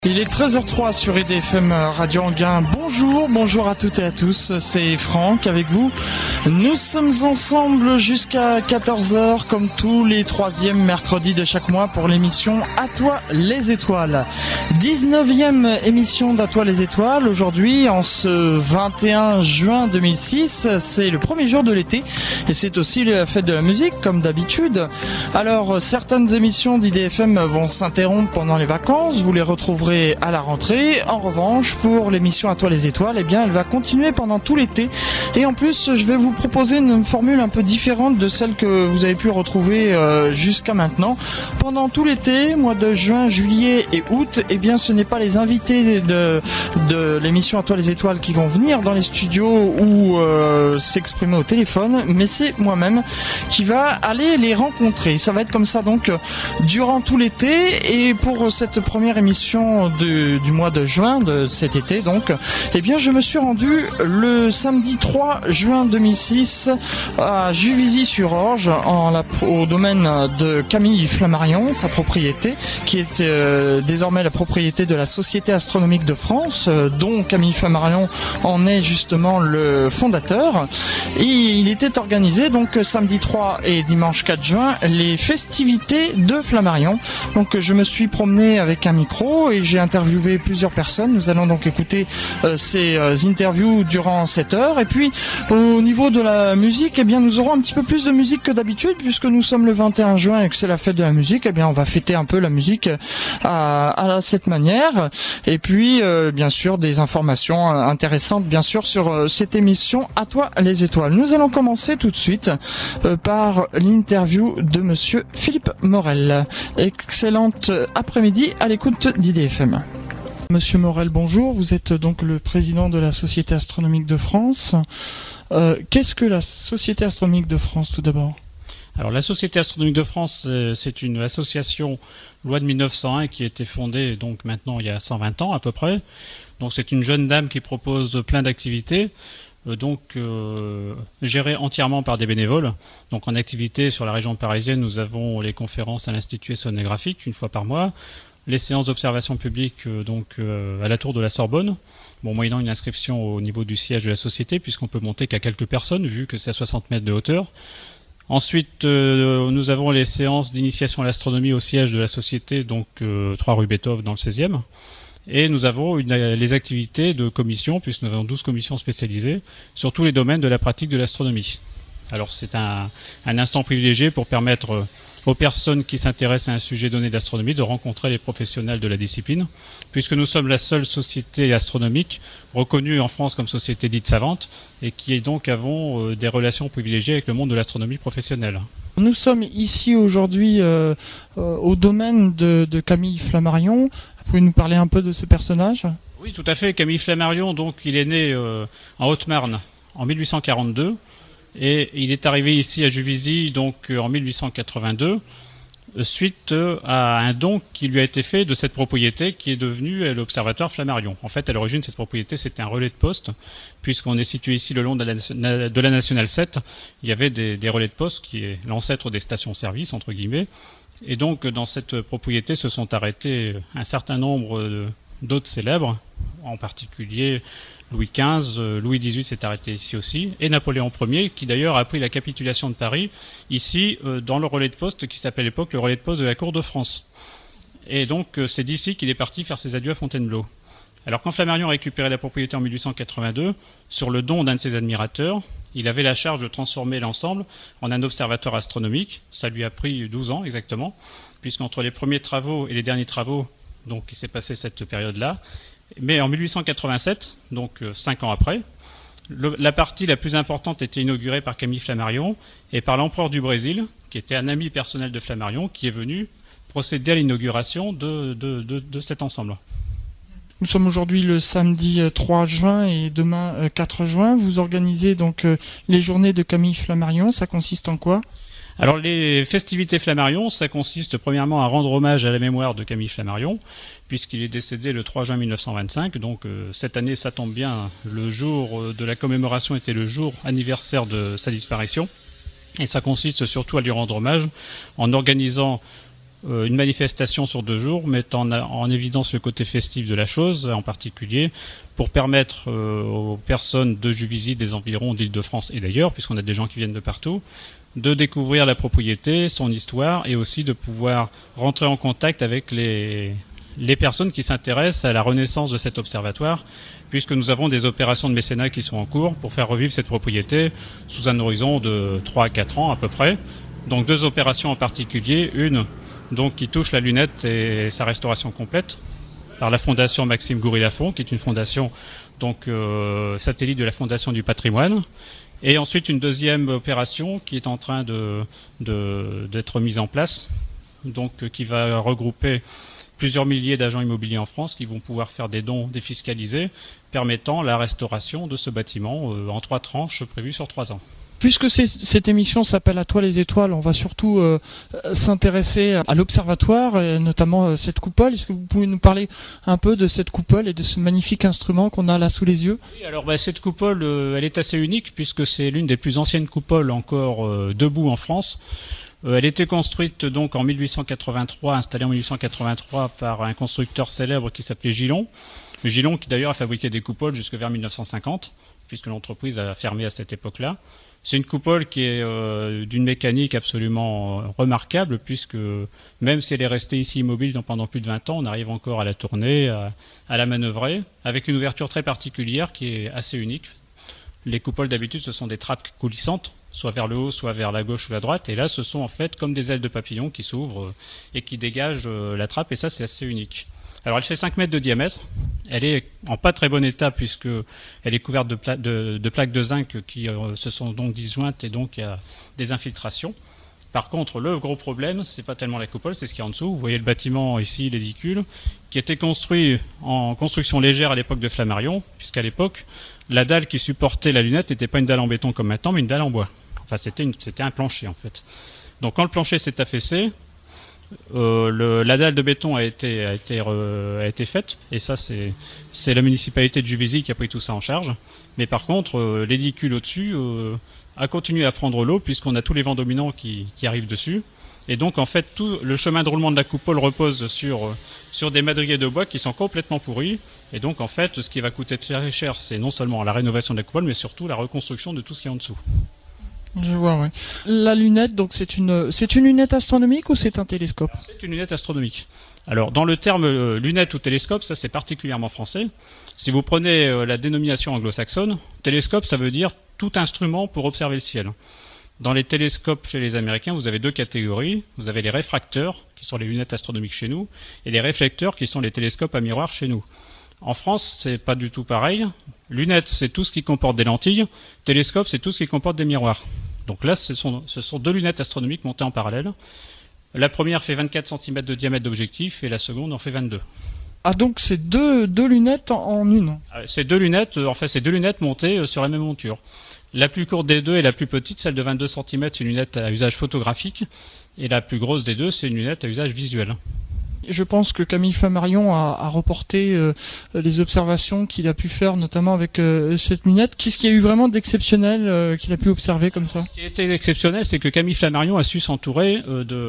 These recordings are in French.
Il est 13h03 sur EDFM Radio Anguin. Bonjour à toutes et à tous, c'est Franck avec vous. Nous sommes ensemble jusqu'à 14h comme tous les troisièmes mercredis de chaque mois pour l'émission À toi les étoiles. 19e émission d'À toi les étoiles. Aujourd'hui, en ce 21 juin 2006, c'est le premier jour de l'été et c'est aussi la fête de la musique comme d'habitude. Alors, certaines émissions d'IDFM vont s'interrompre pendant les vacances, vous les retrouverez à la rentrée. En revanche, pour l'émission À toi les étoiles, eh bien, elle va continuer pendant tout l'été. Et en plus, je vais vous proposer une formule un peu différente de celle que vous avez pu retrouver jusqu'à maintenant. Pendant tout l'été, mois de juin, juillet et août, eh bien, ce n'est pas les invités de l'émission À toi les étoiles qui vont venir dans les studios ou s'exprimer au téléphone, mais c'est moi-même qui va aller les rencontrer. Ça va être comme ça donc durant tout l'été. Et pour cette première émission du mois de juin de cet été donc, eh bien je me suis rendu le samedi 3 juin 2006 à Juvisy-sur-Orge au domaine de Camille Flammarion, sa propriété qui est désormais la propriété de la Société astronomique de France, dont Camille Flammarion en est justement le fondateur. Et il était organisé donc samedi 3 et dimanche 4 juin les festivités de Flammarion. Donc je me suis promené avec un micro et j'ai interviewé plusieurs personnes. Nous allons donc écouter ces interviews durant 7 heures. Et puis au niveau de la musique, eh bien nous aurons un petit peu plus de musique que d'habitude puisque nous sommes le 21 juin et que c'est la fête de la musique. Eh bien on va fêter un peu la musique à cette manière. Et puis bien sûr des informations intéressantes bien sûr sur cette émission À toi les étoiles. Nous allons commencer tout de suite par l'interview de monsieur Philippe Morel. Excellente après-midi à l'écoute d'IDFM. Monsieur Morel, bonjour. Vous êtes donc le président de la Société astronomique de France. Qu'est-ce que la Société astronomique de France tout d'abord ? Alors la Société astronomique de France, c'est une association loi de 1901 qui a été fondée donc maintenant il y a 120 ans à peu près. Donc c'est une jeune dame qui propose plein d'activités. Géré entièrement par des bénévoles. Donc en activité sur la région parisienne, nous avons les conférences à l'Institut sonographique une fois par mois, les séances d'observation publique à la tour de la Sorbonne, moyennant une inscription au niveau du siège de la société, puisqu'on peut monter qu'à quelques personnes, vu que c'est à 60 mètres de hauteur. Ensuite, nous avons les séances d'initiation à l'astronomie au siège de la société, 3 rue Beethoven dans le 16e. Et nous avons les activités de commission, puisque nous avons 12 commissions spécialisées sur tous les domaines de la pratique de l'astronomie. Alors c'est un instant privilégié pour permettre aux personnes qui s'intéressent à un sujet donné d'astronomie de rencontrer les professionnels de la discipline, puisque nous sommes la seule société astronomique reconnue en France comme société dite savante, et qui donc avons des relations privilégiées avec le monde de l'astronomie professionnelle. Nous sommes ici aujourd'hui au domaine de Camille Flammarion. Vous pouvez nous parler un peu de ce personnage ? Oui, tout à fait. Camille Flammarion, il est né en Haute-Marne en 1842 et il est arrivé ici à Juvisy en 1882 suite à un don qui lui a été fait de cette propriété qui est devenue l'Observatoire Flammarion. En fait, à l'origine, cette propriété, c'était un relais de poste, puisqu'on est situé ici le long de la Nationale 7. Il y avait des relais de poste, qui est l'ancêtre des stations-service, entre guillemets. Et donc, dans cette propriété, se sont arrêtés un certain nombre d'hôtes célèbres, en particulier Louis XV, Louis XVIII s'est arrêté ici aussi, et Napoléon Ier, qui d'ailleurs a pris la capitulation de Paris, ici, dans le relais de poste qui s'appelait à l'époque le relais de poste de la Cour de France. Et donc, c'est d'ici qu'il est parti faire ses adieux à Fontainebleau. Alors, quand Flammarion a récupéré la propriété en 1882, sur le don d'un de ses admirateurs, il avait la charge de transformer l'ensemble en un observatoire astronomique. Ça lui a pris 12 ans exactement, puisqu'entre les premiers travaux et les derniers travaux, il s'est passé cette période-là. Mais en 1887, 5 ans après, la partie la plus importante était inaugurée par Camille Flammarion et par l'empereur du Brésil, qui était un ami personnel de Flammarion, qui est venu procéder à l'inauguration de cet ensemble. Nous sommes aujourd'hui le samedi 3 juin et demain 4 juin. Vous organisez les journées de Camille Flammarion. Ça consiste en quoi ? Alors les festivités Flammarion, ça consiste premièrement à rendre hommage à la mémoire de Camille Flammarion, puisqu'il est décédé le 3 juin 1925. Cette année, ça tombe bien, le jour de la commémoration était le jour anniversaire de sa disparition. Et ça consiste surtout à lui rendre hommage en organisant une manifestation sur 2 jours mettant en évidence le côté festif de la chose, en particulier pour permettre aux personnes de Juvisy, des environs d'Île-de-France et d'ailleurs, puisqu'on a des gens qui viennent de partout, de découvrir la propriété, son histoire et aussi de pouvoir rentrer en contact avec les personnes qui s'intéressent à la renaissance de cet observatoire, puisque nous avons des opérations de mécénat qui sont en cours pour faire revivre cette propriété sous un horizon de 3 à 4 ans à peu près. Donc 2 opérations en particulier, une donc qui touche la lunette et sa restauration complète par la fondation Maxime Goury-Lafont, qui est une fondation donc satellite de la Fondation du Patrimoine. Et ensuite une deuxième opération qui est en train d'être mise en place, donc qui va regrouper plusieurs milliers d'agents immobiliers en France qui vont pouvoir faire des dons défiscalisés permettant la restauration de ce bâtiment en 3 tranches prévues sur 3 ans. Puisque cette émission s'appelle À toi les étoiles, on va surtout s'intéresser à l'observatoire, et notamment cette coupole. Est-ce que vous pouvez nous parler un peu de cette coupole et de ce magnifique instrument qu'on a là sous les yeux ? Oui, alors cette coupole, elle est assez unique puisque c'est l'une des plus anciennes coupoles encore debout en France. Elle était construite donc en 1883, installée en 1883 par un constructeur célèbre qui s'appelait Gillon. Gillon qui d'ailleurs a fabriqué des coupoles jusque vers 1950, puisque l'entreprise a fermé à cette époque-là. C'est une coupole qui est d'une mécanique absolument remarquable, puisque même si elle est restée ici immobile pendant plus de 20 ans, on arrive encore à la tourner, à la manœuvrer, avec une ouverture très particulière qui est assez unique. Les coupoles d'habitude, ce sont des trappes coulissantes, soit vers le haut, soit vers la gauche ou la droite, et là ce sont en fait comme des ailes de papillon qui s'ouvrent et qui dégagent la trappe, et ça c'est assez unique. Alors elle fait 5 mètres de diamètre, elle est en pas très bon état puisque elle est couverte de plaques de zinc qui se sont donc disjointes et donc il y a des infiltrations. Par contre, le gros problème, c'est pas tellement la coupole, c'est ce qu'il y a en dessous. Vous voyez le bâtiment ici, l'édicule, qui était construit en construction légère à l'époque de Flammarion, puisqu'à l'époque, la dalle qui supportait la lunette n'était pas une dalle en béton comme maintenant, mais une dalle en bois. Enfin, c'était un plancher en fait. Donc quand le plancher s'est affaissé, la dalle de béton a été faite, et ça c'est la municipalité de Juvisy qui a pris tout ça en charge. Mais par contre, l'édicule au-dessus a continué à prendre l'eau puisqu'on a tous les vents dominants qui arrivent dessus. Et donc en fait tout le chemin de roulement de la coupole repose sur des madriers de bois qui sont complètement pourris. Et donc en fait ce qui va coûter très cher, c'est non seulement la rénovation de la coupole, mais surtout la reconstruction de tout ce qui est en dessous. Je vois, oui. La lunette, donc c'est une lunette astronomique ou c'est un télescope ? C'est une lunette astronomique. Alors dans le terme lunette ou télescope, ça c'est particulièrement français. Si vous prenez la dénomination anglo-saxonne, télescope ça veut dire tout instrument pour observer le ciel. Dans les télescopes chez les Américains, vous avez 2 catégories. Vous avez les réfracteurs, qui sont les lunettes astronomiques chez nous, et les réflecteurs, qui sont les télescopes à miroir chez nous. En France, c'est pas du tout pareil. Lunettes, c'est tout ce qui comporte des lentilles. Télescope, c'est tout ce qui comporte des miroirs. Donc là, ce sont 2 lunettes astronomiques montées en parallèle. La première fait 24 cm de diamètre d'objectif et la seconde en fait 22. Ah, donc c'est deux lunettes en une. C'est 2 lunettes, c'est 2 lunettes montées sur la même monture. La plus courte des 2 est la plus petite, celle de 22 cm, c'est une lunette à usage photographique. Et la plus grosse des 2, c'est une lunette à usage visuel. Je pense que Camille Flammarion a reporté les observations qu'il a pu faire, notamment avec cette lunette. Qu'est-ce qu'il y a eu vraiment d'exceptionnel qu'il a pu observer comme ça ? Ce qui a été exceptionnel, c'est que Camille Flammarion a su s'entourer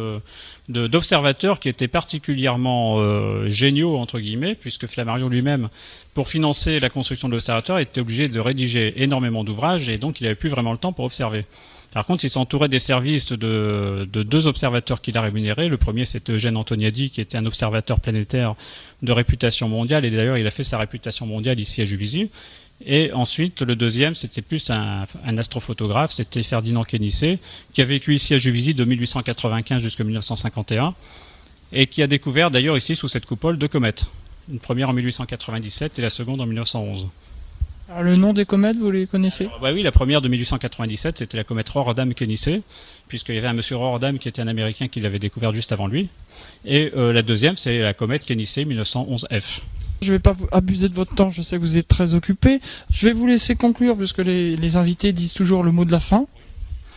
d'observateurs qui étaient particulièrement géniaux, entre guillemets, puisque Flammarion lui-même, pour financer la construction de l'observatoire, était obligé de rédiger énormément d'ouvrages, et donc il n'avait plus vraiment le temps pour observer. Par contre, il s'entourait des services de 2 observateurs qu'il a rémunérés. Le premier, c'était Eugène Antoniadi, qui était un observateur planétaire de réputation mondiale. Et d'ailleurs, il a fait sa réputation mondiale ici à Juvisy. Et ensuite, le deuxième, c'était plus un astrophotographe. C'était Ferdinand Quénissé, qui a vécu ici à Juvisy de 1895 jusqu'à 1951. Et qui a découvert d'ailleurs ici, sous cette coupole, 2 comètes. Une première en 1897 et la seconde en 1911. Alors, le nom des comètes, vous les connaissez ? Oui, la première de 1897, c'était la comète Rordam-Quénissé, puisqu'il y avait un monsieur Rordam qui était un Américain qui l'avait découvert juste avant lui. Et la deuxième, c'est la comète Quénissé 1911F. Je ne vais pas vous abuser de votre temps, je sais que vous êtes très occupé. Je vais vous laisser conclure, puisque les invités disent toujours le mot de la fin.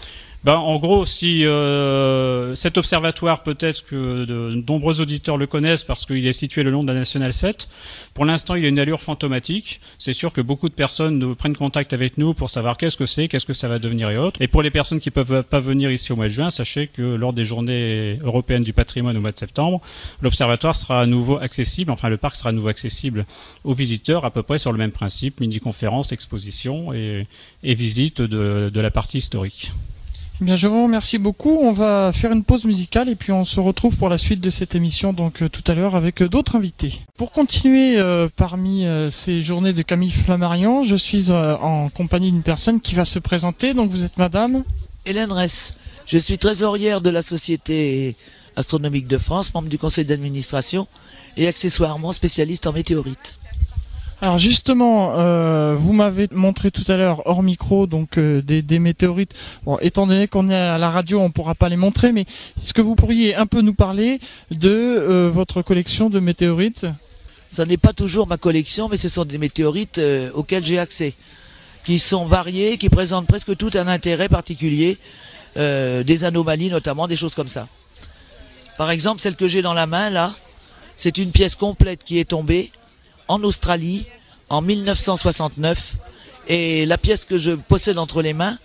En gros, si cet observatoire, peut-être que de nombreux auditeurs le connaissent parce qu'il est situé le long de la Nationale 7, pour l'instant, il a une allure fantomatique. C'est sûr que beaucoup de personnes prennent contact avec nous pour savoir qu'est-ce que c'est, qu'est-ce que ça va devenir et autres. Et pour les personnes qui peuvent pas venir ici au mois de juin, sachez que lors des journées européennes du patrimoine au mois de septembre, l'observatoire sera à nouveau accessible, enfin le parc sera à nouveau accessible aux visiteurs à peu près sur le même principe, mini-conférences, expositions et visite de la partie historique. Bien, je vous remercie beaucoup. On va faire une pause musicale et puis on se retrouve pour la suite de cette émission donc tout à l'heure avec d'autres invités. Pour continuer parmi ces journées de Camille Flammarion, je suis en compagnie d'une personne qui va se présenter. Donc vous êtes madame Hélène Ress. Je suis trésorière de la Société astronomique de France, membre du conseil d'administration et accessoirement spécialiste en météorites. Alors justement, vous m'avez montré tout à l'heure hors micro donc des météorites. Bon, étant donné qu'on est à la radio, on ne pourra pas les montrer, mais est-ce que vous pourriez un peu nous parler de votre collection de météorites ? Ça n'est pas toujours ma collection, mais ce sont des météorites auxquelles j'ai accès, qui sont variées, qui présentent presque tout un intérêt particulier, des anomalies notamment, des choses comme ça. Par exemple, celle que j'ai dans la main là, c'est une pièce complète qui est tombée en Australie en 1969 et la pièce que je possède entre les mains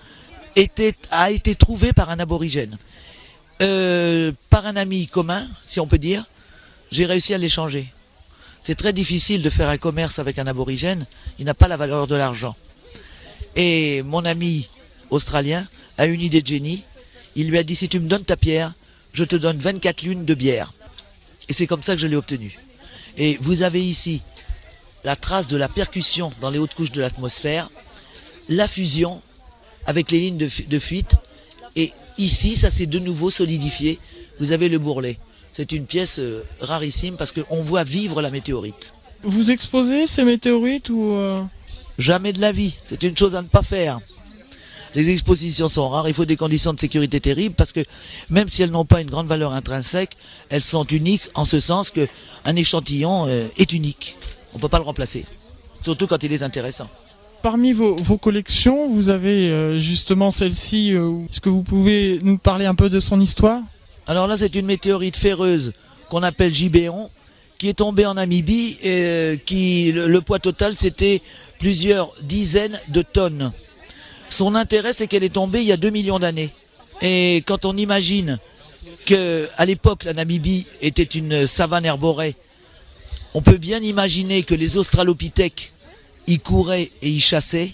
a été trouvée par un aborigène, par un ami commun si on peut dire. J'ai réussi à l'échanger. C'est très difficile de faire un commerce avec un aborigène, il n'a pas la valeur de l'argent. Et mon ami australien a une idée de génie, il lui a dit: si tu me donnes ta pierre, je te donne 24 lunes de bière. Et c'est comme ça que je l'ai obtenu. Et vous avez ici la trace de la percussion dans les hautes couches de l'atmosphère, la fusion avec les lignes de fuite, et ici ça s'est de nouveau solidifié. Vous avez le bourrelet. C'est une pièce rarissime parce qu'on voit vivre la météorite. Vous exposez ces météorites ou Jamais de la vie, c'est une chose à ne pas faire. Les expositions sont rares, il faut des conditions de sécurité terribles parce que même si elles n'ont pas une grande valeur intrinsèque, elles sont uniques en ce sens qu'un échantillon est unique. On ne peut pas le remplacer, surtout quand il est intéressant. Parmi vos collections, vous avez justement celle-ci. Est-ce que vous pouvez nous parler un peu de son histoire ? Alors là, c'est une météorite ferreuse qu'on appelle Gibéon, qui est tombée en Namibie et le poids total, c'était plusieurs dizaines de tonnes. Son intérêt, c'est qu'elle est tombée il y a 2 millions d'années. Et quand on imagine qu'à l'époque, la Namibie était une savane herborée, on peut bien imaginer que les australopithèques y couraient et y chassaient.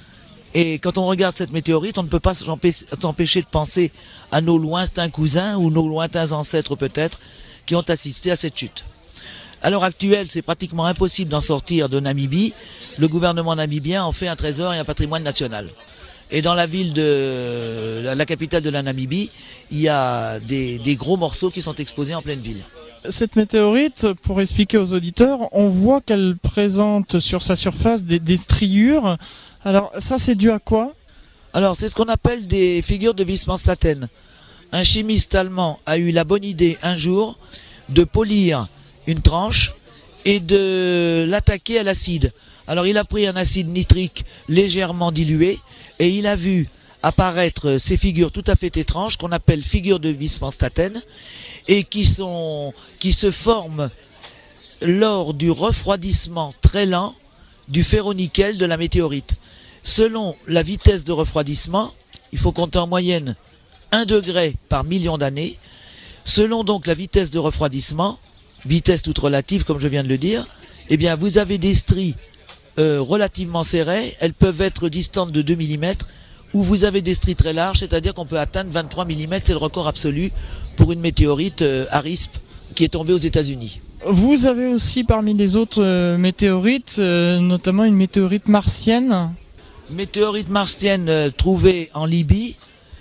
Et quand on regarde cette météorite, on ne peut pas s'empêcher de penser à nos lointains cousins ou nos lointains ancêtres peut-être qui ont assisté à cette chute. À l'heure actuelle, c'est pratiquement impossible d'en sortir de Namibie. Le gouvernement namibien en fait un trésor et un patrimoine national. Et dans la ville de la capitale de la Namibie, il y a des gros morceaux qui sont exposés en pleine ville. Cette météorite, pour expliquer aux auditeurs, on voit qu'elle présente sur sa surface des striures. Alors ça, c'est dû à quoi ? Alors c'est ce qu'on appelle des figures de Wiesmann-Staten. Un chimiste allemand a eu la bonne idée un jour de polir une tranche et de l'attaquer à l'acide. Alors il a pris un acide nitrique légèrement dilué et il a vu apparaître ces figures tout à fait étranges qu'on appelle figures de Wiesmann-Staten et qui se forment lors du refroidissement très lent du ferro-nickel de la météorite. Selon la vitesse de refroidissement, il faut compter en moyenne 1 degré par million d'années. Selon donc la vitesse de refroidissement, vitesse toute relative comme je viens de le dire, eh bien vous avez des stries relativement serrées, elles peuvent être distantes de 2 mm, où vous avez des stries très larges, c'est-à-dire qu'on peut atteindre 23 mm, c'est le record absolu pour une météorite ARISP qui est tombée aux États-Unis. Vous avez aussi parmi les autres météorites, notamment une météorite martienne. Météorite martienne trouvée en Libye,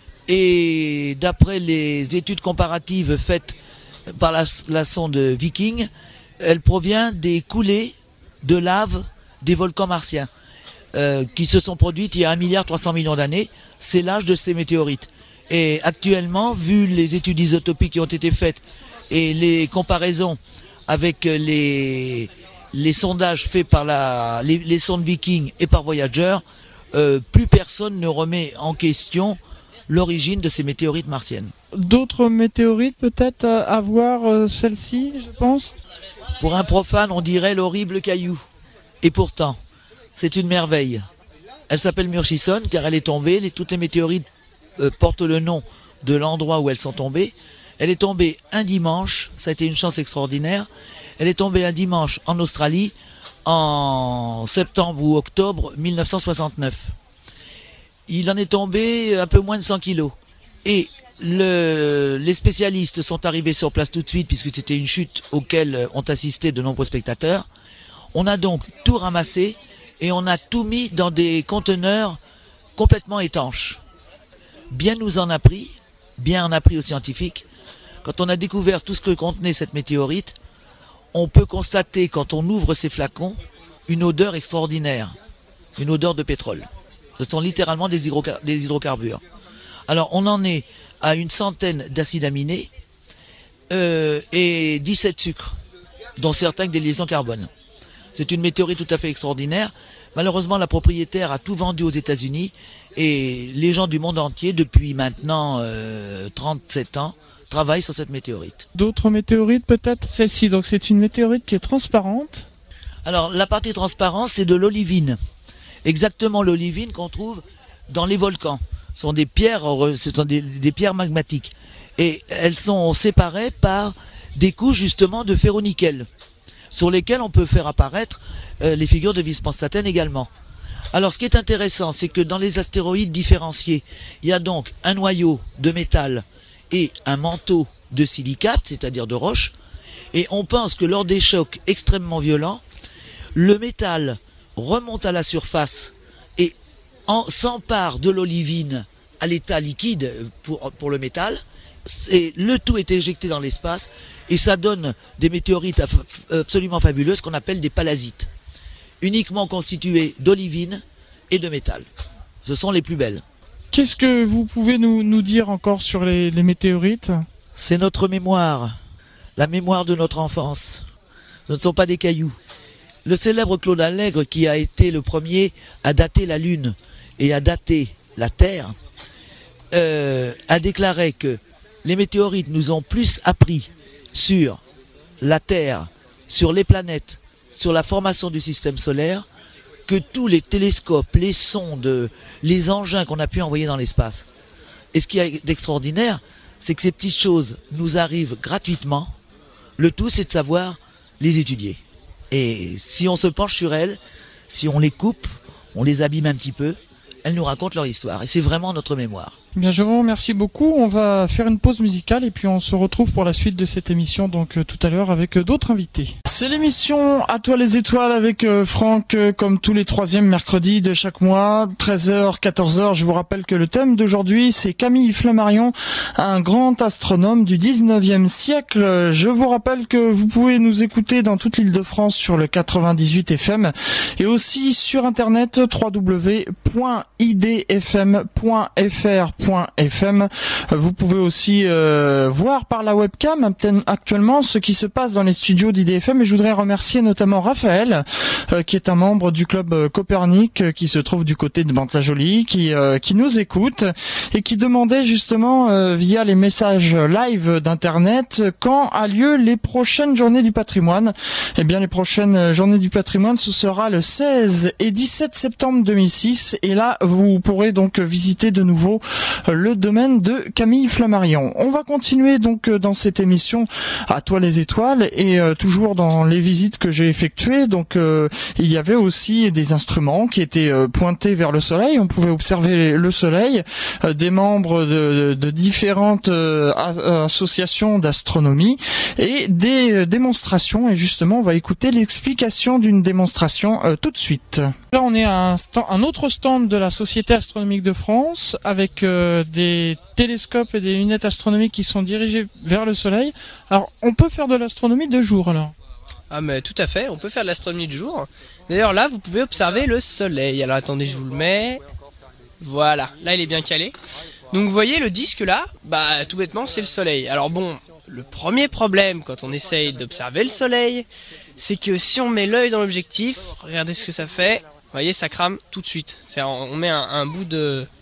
et d'après les études comparatives faites par la sonde Viking, elle provient des coulées de lave des volcans martiens qui se sont produites il y a 1,3 milliard d'années. C'est l'âge de ces météorites. Et actuellement, vu les études isotopiques qui ont été faites et les comparaisons avec les sondages faits par les sondes Viking et par Voyager, plus personne ne remet en question l'origine de ces météorites martiennes. D'autres météorites peut-être à voir, celle-ci, je pense. Pour un profane, on dirait l'horrible caillou. Et pourtant, c'est une merveille. Elle s'appelle Murchison car elle est tombée. Toutes les météorites portent le nom de l'endroit où elles sont tombées. Elle est tombée un dimanche, ça a été une chance extraordinaire. Elle est tombée un dimanche en Australie en septembre ou octobre 1969. Il en est tombé un peu moins de 100 kilos. Et les spécialistes sont arrivés sur place tout de suite puisque c'était une chute auquel ont assisté de nombreux spectateurs. On a donc tout ramassé et on a tout mis dans des conteneurs complètement étanches. Bien nous en a pris, bien en a pris aux scientifiques. Quand on a découvert tout ce que contenait cette météorite, on peut constater quand on ouvre ces flacons une odeur extraordinaire, une odeur de pétrole. Ce sont littéralement des hydrocarbures. Alors on en est à une centaine d'acides aminés et 17 sucres, dont certains avec des liaisons carbone. C'est une météorite tout à fait extraordinaire. Malheureusement, la propriétaire a tout vendu aux États-Unis et les gens du monde entier, depuis maintenant 37 ans, travaillent sur cette météorite. D'autres météorites peut-être. Celle-ci, donc c'est une météorite qui est transparente. Alors la partie transparente, c'est de l'olivine. Exactement l'olivine qu'on trouve dans les volcans. Ce sont des pierres magmatiques. Et elles sont séparées par des couches justement de ferro-nickel, sur lesquelles on peut faire apparaître les figures de Wiesmann-Staten également. Alors ce qui est intéressant, c'est que dans les astéroïdes différenciés, il y a donc un noyau de métal et un manteau de silicate, c'est-à-dire de roche, et on pense que lors des chocs extrêmement violents, le métal remonte à la surface et s'empare de l'olivine à l'état liquide pour le métal, et le tout est éjecté dans l'espace et ça donne des météorites absolument fabuleuses qu'on appelle des palasites, uniquement constituées d'olivine et de métal. Ce sont les plus belles. Qu'est-ce que vous pouvez nous dire encore sur les météorites ? C'est notre mémoire, la mémoire de notre enfance. Ce ne sont pas des cailloux. Le célèbre Claude Allègre, qui a été le premier à dater la Lune et à dater la Terre, a déclaré que les météorites nous ont plus appris sur la Terre, sur les planètes, sur la formation du système solaire, que tous les télescopes, les sondes, les engins qu'on a pu envoyer dans l'espace. Et ce qui est d'extraordinaire, c'est que ces petites choses nous arrivent gratuitement. Le tout, c'est de savoir les étudier. Et si on se penche sur elles, si on les coupe, on les abîme un petit peu, elles nous racontent leur histoire. Et c'est vraiment notre mémoire. Bien, je vous remercie beaucoup. On va faire une pause musicale et puis on se retrouve pour la suite de cette émission, donc tout à l'heure avec d'autres invités. C'est l'émission À toi les étoiles avec Franck, comme tous les troisièmes mercredis de chaque mois, 13h, 14h. Je vous rappelle que le thème d'aujourd'hui, c'est Camille Flammarion, un grand astronome du 19e siècle. Je vous rappelle que vous pouvez nous écouter dans toute l'Île-de-France sur le 98 FM et aussi sur internet www.idfm.fr. Vous pouvez aussi voir par la webcam actuellement ce qui se passe dans les studios d'IDFM, et je voudrais remercier notamment Raphaël qui est un membre du club Copernic qui se trouve du côté de Mantes-la-Jolie, qui nous écoute et qui demandait justement via les messages live d'internet quand a lieu les prochaines journées du patrimoine. Eh bien, les prochaines journées du patrimoine, ce sera le 16 et 17 septembre 2006, et là vous pourrez donc visiter de nouveau le domaine de Camille Flammarion. On va continuer donc dans cette émission À toi les étoiles, et toujours dans les visites que j'ai effectuées. Donc il y avait aussi des instruments qui étaient pointés vers le soleil. On pouvait observer le soleil, des membres de différentes associations d'astronomie et des démonstrations. Et justement, on va écouter l'explication d'une démonstration tout de suite. Là, on est à un autre stand de la Société astronomique de France avec des télescopes et des lunettes astronomiques qui sont dirigées vers le soleil. Alors, on peut faire de l'astronomie de jour alors ? Ah mais tout à fait, on peut faire de l'astronomie de jour. D'ailleurs là, vous pouvez observer le soleil. Alors attendez, je vous le mets. Voilà, là il est bien calé. Donc vous voyez le disque là, bah tout bêtement c'est le soleil. Alors bon, le premier problème quand on essaye d'observer le soleil, c'est que si on met l'œil dans l'objectif, regardez ce que ça fait. Vous voyez, ça crame tout de suite. On met un bout de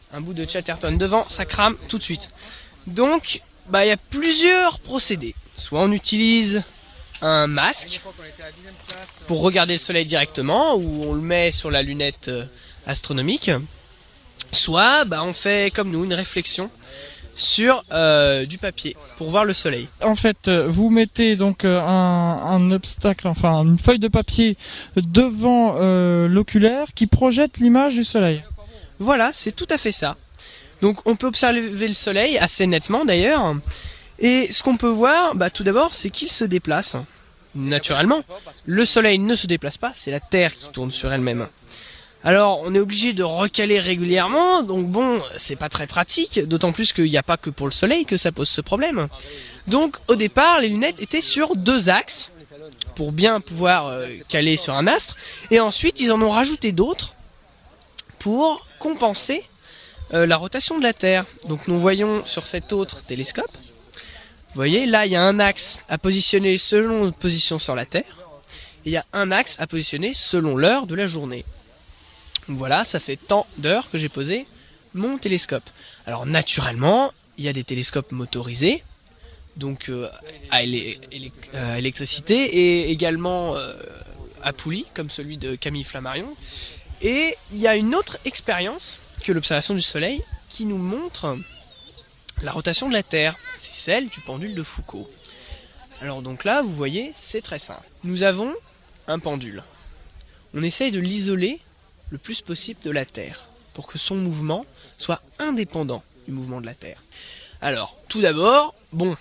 un bout de Chatterton devant, ça crame tout de suite. Donc, il y a plusieurs procédés. Soit on utilise un masque pour regarder le soleil directement, ou on le met sur la lunette astronomique. Soit on fait comme nous une réflexion sur du papier pour voir le soleil. En fait, vous mettez donc un obstacle, enfin une feuille de papier devant l'oculaire qui projette l'image du soleil. Voilà, c'est tout à fait ça. Donc on peut observer le soleil assez nettement d'ailleurs. Et ce qu'on peut voir, tout d'abord, c'est qu'il se déplace. Naturellement, le soleil ne se déplace pas, c'est la Terre qui tourne sur elle-même. Alors, on est obligé de recaler régulièrement, donc c'est pas très pratique, d'autant plus qu'il n'y a pas que pour le soleil que ça pose ce problème. Donc, au départ, les lunettes étaient sur 2 axes, pour bien pouvoir caler sur un astre, et ensuite, ils en ont rajouté d'autres pour compenser la rotation de la Terre. Donc, nous voyons sur cet autre télescope, vous voyez, là, il y a un axe à positionner selon notre position sur la Terre, et il y a un axe à positionner selon l'heure de la journée. Donc voilà, ça fait tant d'heures que j'ai posé mon télescope. Alors naturellement, il y a des télescopes motorisés, donc à électricité, et également à poulie, comme celui de Camille Flammarion. Et il y a une autre expérience que l'observation du Soleil qui nous montre la rotation de la Terre. C'est celle du pendule de Foucault. Alors donc là, vous voyez, c'est très simple. Nous avons un pendule. On essaye de l'isoler le plus possible de la Terre, pour que son mouvement soit indépendant du mouvement de la Terre. Alors, tout d'abord, on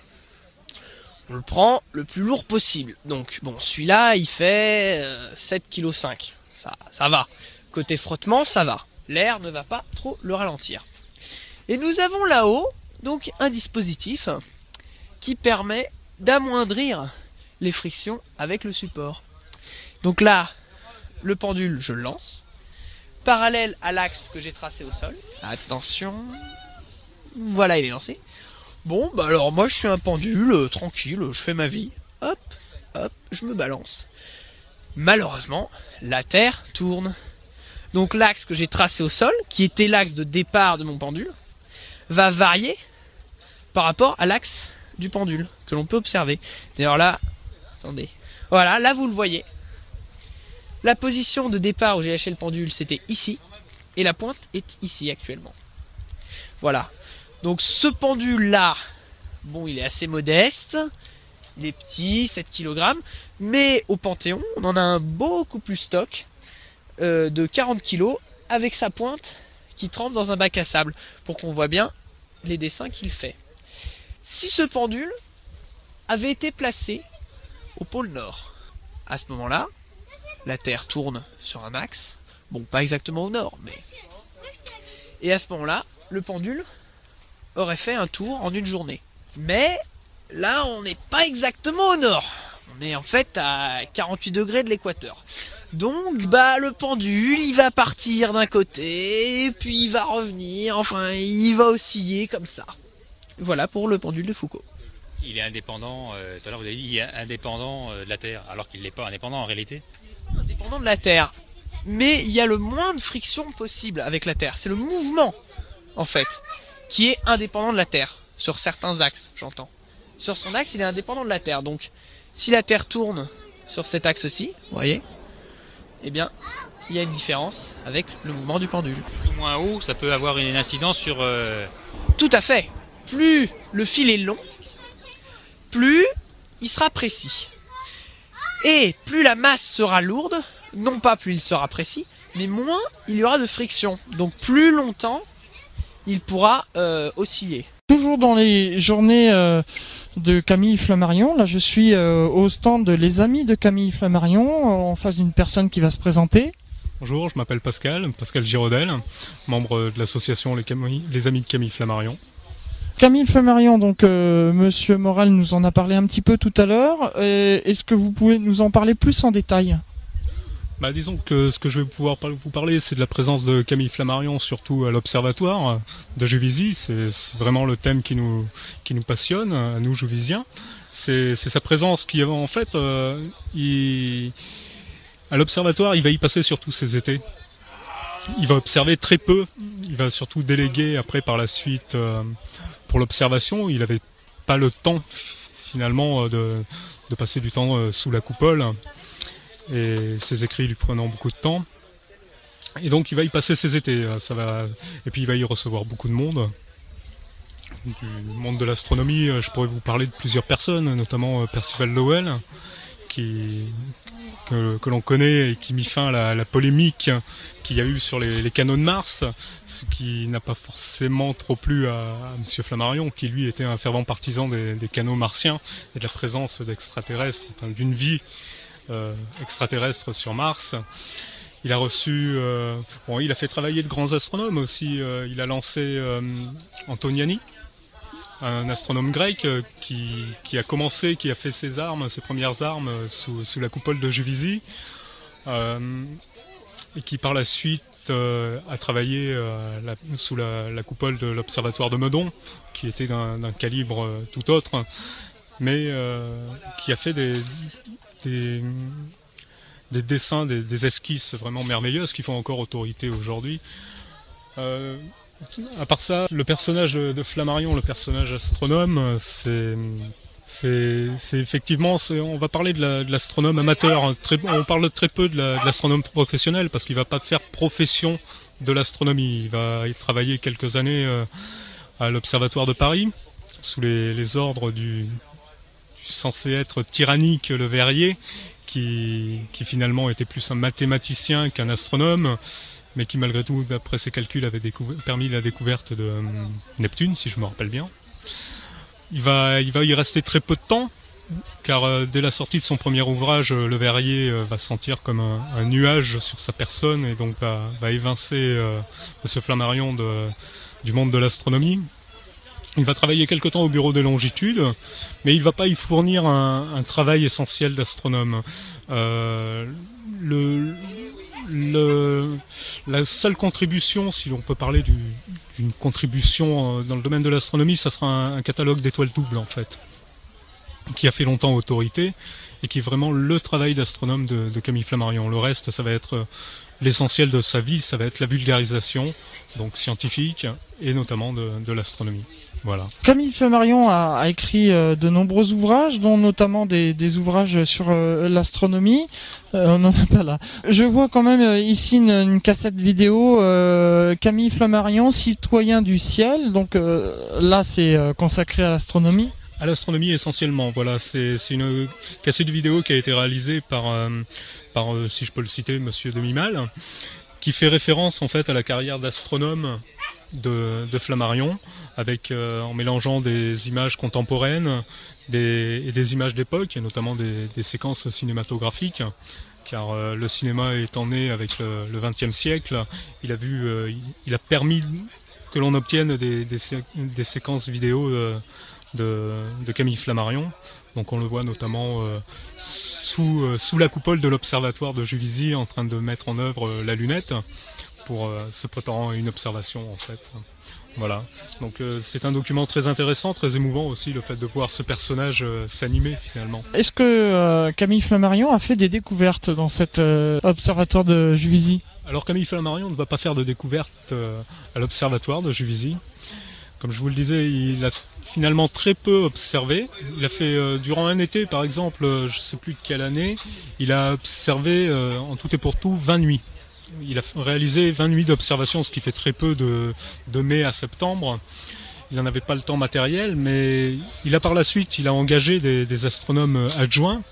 le prend le plus lourd possible. Donc, celui-là, il fait 7,5 kg. Ça va. Côté frottement, ça va. L'air ne va pas trop le ralentir. Et nous avons là-haut, donc, un dispositif qui permet d'amoindrir les frictions avec le support. Donc là, le pendule, je le lance. Parallèle à l'axe que j'ai tracé au sol. Attention. Voilà, il est lancé. Alors moi je suis un pendule, tranquille, je fais ma vie. Hop, hop, je me balance. Malheureusement, la Terre tourne. Donc l'axe que j'ai tracé au sol, qui était l'axe de départ de mon pendule, va varier par rapport à l'axe du pendule, que l'on peut observer. D'ailleurs là, attendez. Voilà, là vous le voyez. La position de départ où j'ai lâché le pendule, c'était ici. Et la pointe est ici actuellement. Voilà. Donc ce pendule-là, il est assez modeste. Il est petit, 7 kg. Mais au Panthéon, on en a un beaucoup plus stock de 40 kg avec sa pointe qui trempe dans un bac à sable pour qu'on voit bien les dessins qu'il fait. Si ce pendule avait été placé au pôle Nord, à ce moment-là, la Terre tourne sur un axe, pas exactement au nord, mais... Et à ce moment-là, le pendule aurait fait un tour en une journée. Mais là, on n'est pas exactement au nord. On est en fait à 48 degrés de l'équateur. Donc, le pendule, il va partir d'un côté, puis il va revenir, il va osciller comme ça. Voilà pour le pendule de Foucault. Il est indépendant, tout à l'heure vous avez dit, il est indépendant de la Terre, alors qu'il n'est pas indépendant en réalité. Indépendant de la Terre, mais il y a le moins de friction possible avec la Terre. C'est le mouvement, en fait, qui est indépendant de la Terre, sur certains axes, j'entends. Sur son axe, il est indépendant de la Terre. Donc, si la Terre tourne sur cet axe-ci, vous voyez, il y a une différence avec le mouvement du pendule. Plus ou moins haut, ça peut avoir une incidence sur... Tout à fait. Plus le fil est long, plus il sera précis. Et plus la masse sera lourde, non pas plus il sera précis, mais moins il y aura de friction. Donc plus longtemps, il pourra osciller. Toujours dans les journées de Camille Flammarion, là je suis au stand de Les Amis de Camille Flammarion, en face d'une personne qui va se présenter. Bonjour, je m'appelle Pascal Girodel, membre de l'association Les Amis de Camille Flammarion. Camille Flammarion, donc Monsieur Morel nous en a parlé un petit peu tout à l'heure. Est-ce que vous pouvez nous en parler plus en détail ? Disons que ce que je vais pouvoir vous parler, c'est de la présence de Camille Flammarion, surtout à l'Observatoire de Juvisy. C'est vraiment le thème qui nous passionne, à nous Juvisiens. C'est sa présence qui, en fait, à l'Observatoire, il va y passer surtout ses étés. Il va observer très peu, il va surtout déléguer après par la suite pour l'observation. Il n'avait pas le temps finalement de passer du temps sous la coupole, et ses écrits lui prenant beaucoup de temps. Et donc il va y passer ses étés, et puis il va y recevoir beaucoup de monde. Du monde de l'astronomie, je pourrais vous parler de plusieurs personnes, notamment Percival Lowell, que l'on connaît et qui mit fin à la polémique qu'il y a eu sur les canaux de Mars, ce qui n'a pas forcément trop plu à M. Flammarion, qui lui était un fervent partisan des canaux martiens et de la présence d'extraterrestres, enfin, d'une vie extraterrestre sur Mars. Il a reçu, il a fait travailler de grands astronomes aussi. Il a lancé Antoniani, un astronome grec qui a fait ses premières armes sous la coupole de Juvisy, et qui par la suite a travaillé sous la coupole de l'observatoire de Meudon, qui était d'un calibre tout autre, mais qui a fait des dessins, des esquisses vraiment merveilleuses qui font encore autorité aujourd'hui. À part ça, le personnage de Flammarion, le personnage astronome, c'est effectivement, on va parler de l'astronome amateur. On parle très peu de l'astronome professionnel parce qu'il ne va pas faire profession de l'astronomie. Il va y travailler quelques années à l'Observatoire de Paris, sous les ordres du censé être tyrannique Le Verrier, qui finalement était plus un mathématicien qu'un astronome, mais qui malgré tout, d'après ses calculs, avait permis la découverte de Neptune, si je me rappelle bien. Il va y rester très peu de temps, car dès la sortie de son premier ouvrage, Le Verrier va sentir comme un nuage sur sa personne, et donc va évincer M. Flammarion du monde de l'astronomie. Il va travailler quelque temps au bureau des longitudes, mais il ne va pas y fournir un travail essentiel d'astronome. La seule contribution, si l'on peut parler d'une contribution dans le domaine de l'astronomie, ça sera un catalogue d'étoiles doubles en fait, qui a fait longtemps autorité et qui est vraiment le travail d'astronome de Camille Flammarion. Le reste, ça va être l'essentiel de sa vie, ça va être la vulgarisation, donc scientifique, et notamment de l'astronomie. Voilà. Camille Flammarion a écrit de nombreux ouvrages, dont notamment des ouvrages sur l'astronomie. On n'en a pas là. Je vois quand même ici une cassette vidéo Camille Flammarion, citoyen du ciel. Donc là, c'est consacré à l'astronomie. À l'astronomie essentiellement. Voilà, c'est une cassette vidéo qui a été réalisée par si je peux le citer, Monsieur Demimal, qui fait référence en fait à la carrière d'astronome de Flammarion, avec en mélangeant des images contemporaines et des images d'époque, et notamment des séquences cinématographiques, car le cinéma étant né avec le XXe siècle, il a permis que l'on obtienne des séquences vidéo de Camille Flammarion. Donc on le voit notamment sous la coupole de l'observatoire de Juvisy, en train de mettre en œuvre la lunette pour se préparant à une observation en fait. Voilà. Donc c'est un document très intéressant, très émouvant aussi, le fait de voir ce personnage s'animer finalement. Est-ce que Camille Flammarion a fait des découvertes dans cet observatoire de Juvisy ? Alors Camille Flammarion ne va pas faire de découvertes à l'observatoire de Juvisy. Comme je vous le disais, il a finalement très peu observé. Il a fait, durant un été par exemple, je ne sais plus de quelle année, il a observé en tout et pour tout 20 nuits. Il a réalisé 20 nuits d'observation, ce qui fait très peu de mai à septembre. Il n'en avait pas le temps matériel, mais par la suite, il a engagé des astronomes adjoints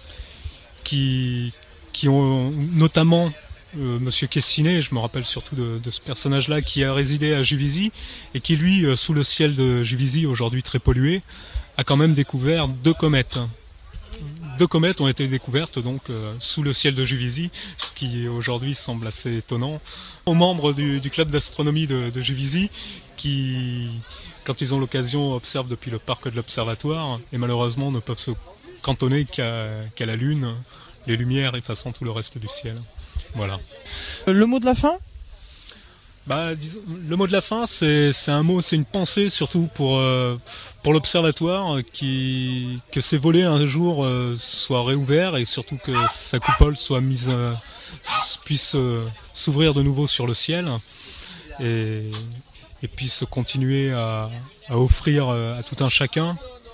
qui ont notamment Monsieur Kessinet, je me rappelle surtout de ce personnage-là, qui a résidé à Juvisy et qui, lui, sous le ciel de Juvisy, aujourd'hui très pollué, a quand même découvert 2 comètes. 2 comètes ont été découvertes donc sous le ciel de Juvisy, ce qui aujourd'hui semble assez étonnant. Aux membres du club d'astronomie de Juvisy, qui, quand ils ont l'occasion, observent depuis le parc de l'observatoire et malheureusement ne peuvent se cantonner qu'à la Lune, les lumières effaçant tout le reste du ciel. Voilà. Le mot de la fin ? Disons, le mot de la fin, c'est un mot, c'est une pensée surtout pour l'observatoire, que ses volets un jour soient réouverts et surtout que sa coupole soit puisse s'ouvrir de nouveau sur le ciel. Et et puisse continuer à offrir à tout un chacun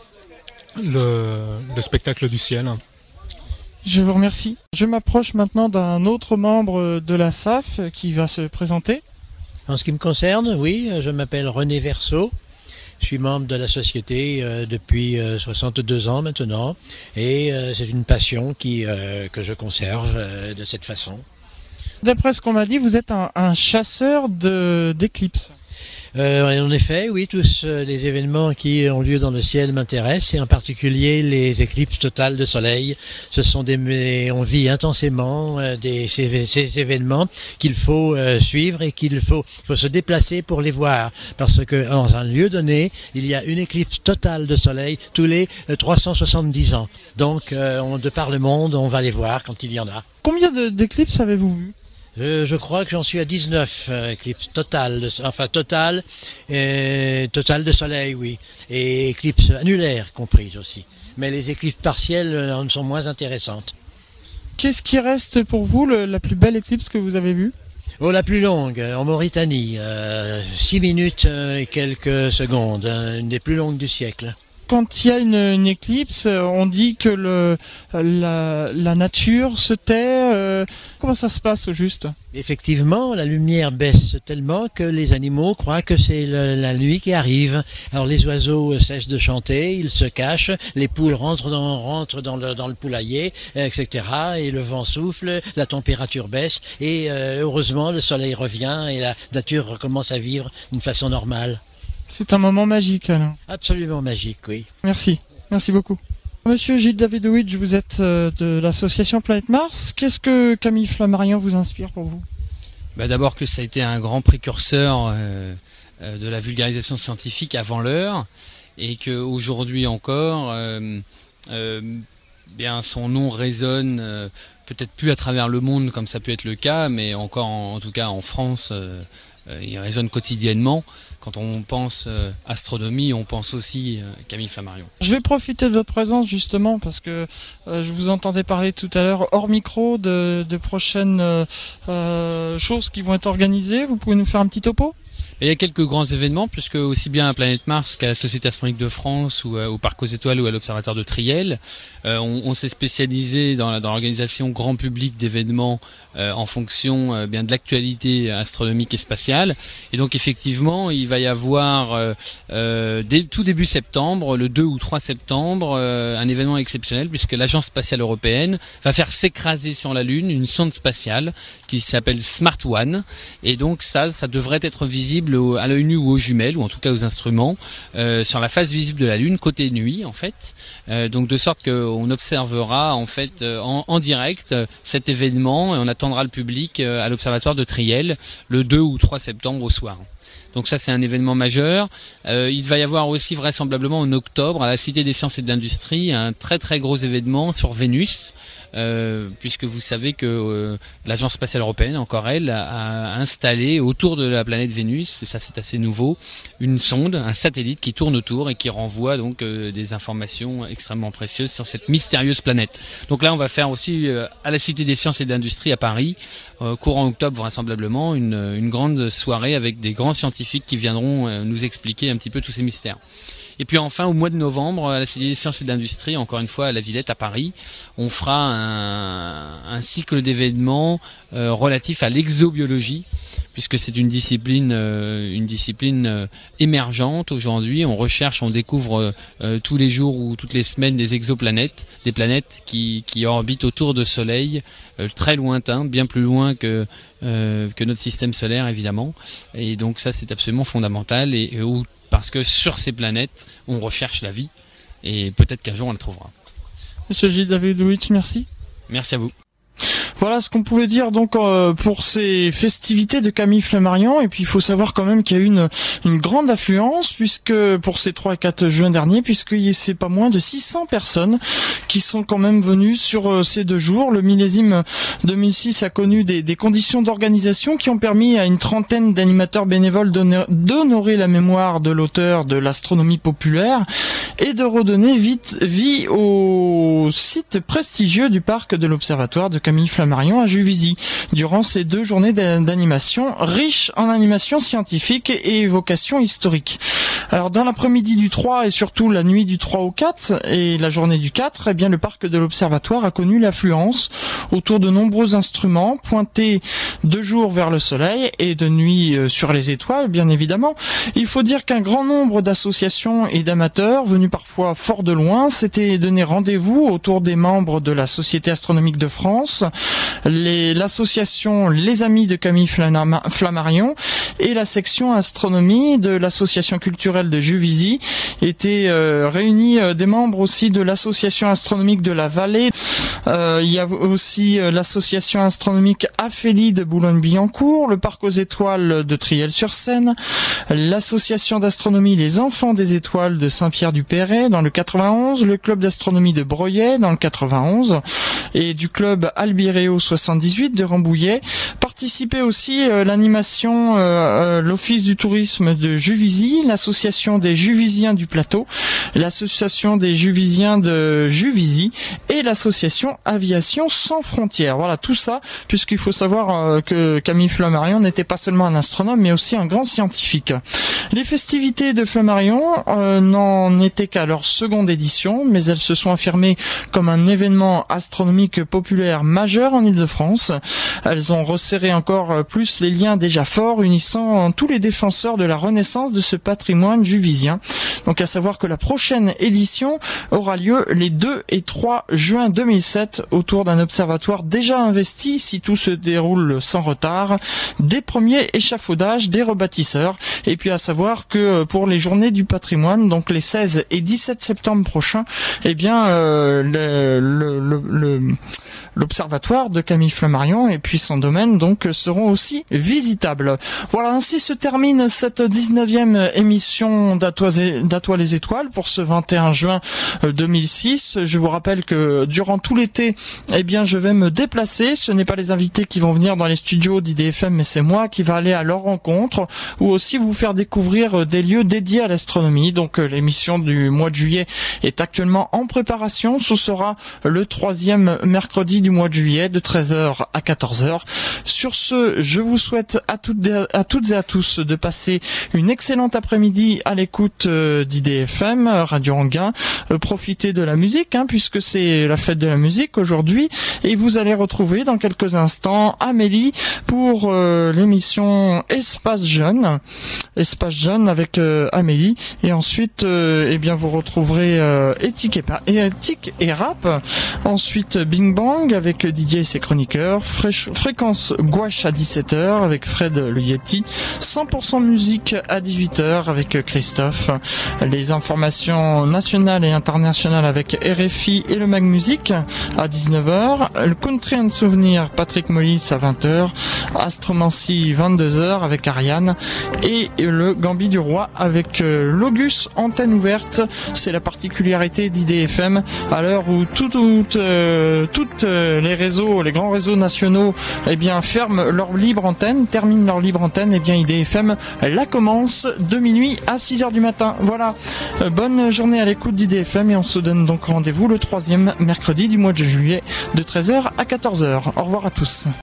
le spectacle du ciel. Je vous remercie. Je m'approche maintenant d'un autre membre de la SAF qui va se présenter. En ce qui me concerne, oui, je m'appelle René Verseau. Je suis membre de la société depuis 62 ans maintenant et c'est une passion que je conserve de cette façon. D'après ce qu'on m'a dit, vous êtes un chasseur d'éclipses. En effet, oui, tous les événements qui ont lieu dans le ciel m'intéressent, et en particulier les éclipses totales de soleil. Ce sont on vit intensément ces événements qu'il faut suivre et qu'il faut se déplacer pour les voir. Parce que dans un lieu donné, il y a une éclipse totale de soleil tous les 370 ans. Donc, de par le monde, on va les voir quand il y en a. Combien d'éclipses avez-vous vu ? Je crois que j'en suis à 19 éclipses totales de soleil, oui, et éclipses annulaires comprises aussi. Mais les éclipses partielles sont moins intéressantes. Qu'est-ce qui reste pour vous la plus belle éclipse que vous avez vue ? Oh, la plus longue, en Mauritanie, 6 minutes et quelques secondes, une des plus longues du siècle. Quand il y a une éclipse, on dit que la nature se tait. Comment ça se passe au juste ? Effectivement, la lumière baisse tellement que les animaux croient que c'est la nuit qui arrive. Alors les oiseaux cessent de chanter, ils se cachent, les poules rentrent dans le poulailler, etc. Et le vent souffle, la température baisse et heureusement le soleil revient et la nature recommence à vivre d'une façon normale. C'est un moment magique, alors. Absolument magique, oui. Merci beaucoup. Monsieur Gilles Davidovitch, vous êtes de l'association Planète Mars. Qu'est-ce que Camille Flammarion vous inspire pour vous ? D'abord que ça a été un grand précurseur de la vulgarisation scientifique avant l'heure, et qu'aujourd'hui encore, bien son nom résonne peut-être plus à travers le monde comme ça peut être le cas, mais encore en tout cas en France, il résonne quotidiennement. Quand on pense astronomie, on pense aussi Camille Flammarion. Je vais profiter de votre présence justement parce que je vous entendais parler tout à l'heure hors micro de prochaines choses qui vont être organisées. Vous pouvez nous faire un petit topo ? Il y a quelques grands événements, puisque aussi bien à Planète Mars qu'à la Société astronomique de France ou au Parc aux Étoiles ou à l'Observatoire de Triel, on s'est spécialisé dans l'organisation grand public d'événements en fonction bien de l'actualité astronomique et spatiale. Et donc effectivement, il va y avoir tout début septembre, le 2 ou 3 septembre, un événement exceptionnel, puisque l'Agence spatiale européenne va faire s'écraser sur la Lune une sonde spatiale qui s'appelle Smart One. Et donc ça devrait être visible à l'œil nu ou aux jumelles, ou en tout cas aux instruments, sur la face visible de la Lune, côté nuit en fait. Donc de sorte qu'on observera en fait en direct cet événement, et on attendra le public à l'Observatoire de Triel le 2 ou 3 septembre au soir. Donc ça c'est un événement majeur. Il va y avoir aussi vraisemblablement en octobre à la Cité des Sciences et de l'Industrie un très très gros événement sur Vénus, puisque vous savez que l'Agence spatiale européenne, encore elle, a installé autour de la planète Vénus, et ça c'est assez nouveau, une sonde, un satellite qui tourne autour et qui renvoie donc des informations extrêmement précieuses sur cette mystérieuse planète. Donc là on va faire aussi à la Cité des Sciences et de l'Industrie à Paris, courant octobre vraisemblablement, une grande soirée avec des grands scientifiques qui viendront nous expliquer un petit peu tous ces mystères. Et puis enfin, au mois de novembre, à la Cité des Sciences et de l'Industrie, encore une fois à la Villette à Paris, on fera un cycle d'événements relatifs à l'exobiologie, puisque c'est une discipline émergente aujourd'hui. On recherche, on découvre tous les jours ou toutes les semaines des exoplanètes, des planètes qui orbitent autour de soleils très lointains, bien plus loin que notre système solaire évidemment. Et donc ça c'est absolument fondamental, parce que sur ces planètes, on recherche la vie, et peut-être qu'un jour on la trouvera. Monsieur Gilles Davidovitch, merci. Merci à vous. Voilà ce qu'on pouvait dire donc pour ces festivités de Camille Flammarion. Et puis il faut savoir quand même qu'il y a eu une grande affluence, puisque pour ces 3 et 4 juin dernier, puisque c'est pas moins de 600 personnes qui sont quand même venues sur ces 2 jours. Le millésime 2006 a connu des conditions d'organisation qui ont permis à une trentaine d'animateurs bénévoles d'honorer la mémoire de l'auteur de l'astronomie populaire et de redonner vie au site prestigieux du parc de l'Observatoire de Camille Flammarion. Flammarion à Juvisy durant ces 2 journées d'animation riches en animation scientifique et évocation historique. Alors dans l'après-midi du 3 et surtout la nuit du 3 au 4 et la journée du 4, eh bien le parc de l'Observatoire a connu l'affluence autour de nombreux instruments pointés de jour vers le soleil et de nuit sur les étoiles, bien évidemment. Il faut dire qu'un grand nombre d'associations et d'amateurs venus parfois fort de loin s'étaient donné rendez-vous autour des membres de la Société astronomique de France, l'association Les Amis de Camille Flammarion et la section astronomie de l'association culturelle de Juvisy. Étaient réunis des membres aussi de l'association astronomique de la Vallée. Il y a aussi l'association astronomique Aphélie de Boulogne-Billancourt, le parc aux étoiles de Triel-sur-Seine, l'association d'astronomie Les Enfants des Étoiles de Saint-Pierre-du-Perret dans le 91, le club d'astronomie de Breuillet dans le 91 et du club Albireo 78 de Rambouillet. Participait aussi l'animation l'Office du tourisme de Juvisy, l'association des Juvisiens du Plateau, l'association des Juvisiens de Juvisy et l'association Aviation sans frontières. Voilà tout ça, puisqu'il faut savoir que Camille Flammarion n'était pas seulement un astronome, mais aussi un grand scientifique. Les festivités de Flammarion n'en étaient qu'à leur seconde édition, mais elles se sont affirmées comme un événement astronomique populaire majeur en Île-de-France. Elles ont resserré encore plus les liens déjà forts unissant tous les défenseurs de la renaissance de ce patrimoine juvisien. Donc à savoir que la prochaine édition aura lieu les 2 et 3 juin 2007 autour d'un observatoire déjà investi, si tout se déroule sans retard, des premiers échafaudages des rebâtisseurs. Et puis à savoir que pour les journées du patrimoine, donc les 16 et 17 septembre prochains, eh bien l'observatoire de Camille Flammarion et puis son domaine donc seront aussi visitables. Voilà, ainsi se termine cette 19e émission d'Atoile les étoiles pour ce 21 juin 2006. Je vous rappelle que durant tout l'été, eh bien je vais me déplacer. Ce n'est pas les invités qui vont venir dans les studios d'IDFM, mais c'est moi qui va aller à leur rencontre ou aussi vous faire découvrir des lieux dédiés à l'astronomie. Donc l'émission du mois de juillet est actuellement en préparation. Ce sera le 3e mercredi du mois de juillet de 13h à 14h. Sur ce, je vous souhaite à toutes et à tous de passer une excellente après-midi à l'écoute d'IDFM, Radio Anguin. Profitez de la musique, puisque c'est la fête de la musique aujourd'hui. Et vous allez retrouver dans quelques instants Amélie pour l'émission Espace Jeune. Espace Jeune avec Amélie. Et ensuite, eh bien, vous retrouverez Éthique et Rap. Ensuite, Bing Bang avec Didier et ses chroniqueurs. Fréquence Gouache à 17h avec Fred le Yeti. 100% musique à 18h avec Christophe. Les informations nationales et internationales avec RFI et le Mag Musique à 19h. Le Country and Souvenir Patrick Mollis à 20h. Astromancy 22h avec Ariane. Et le Gambit du Roi avec Logus antenne ouverte. C'est la particularité d'IDFM à l'heure où toutes les réseaux, les grands réseaux nationaux, eh bien ferment leur libre antenne, terminent leur libre antenne. Eh bien IDFM la commence de minuit à 6h du matin. Voilà. Bonne journée à l'écoute d'IDFM et on se donne donc rendez-vous le 3e mercredi du mois de juillet de 13h à 14h. Au revoir à tous.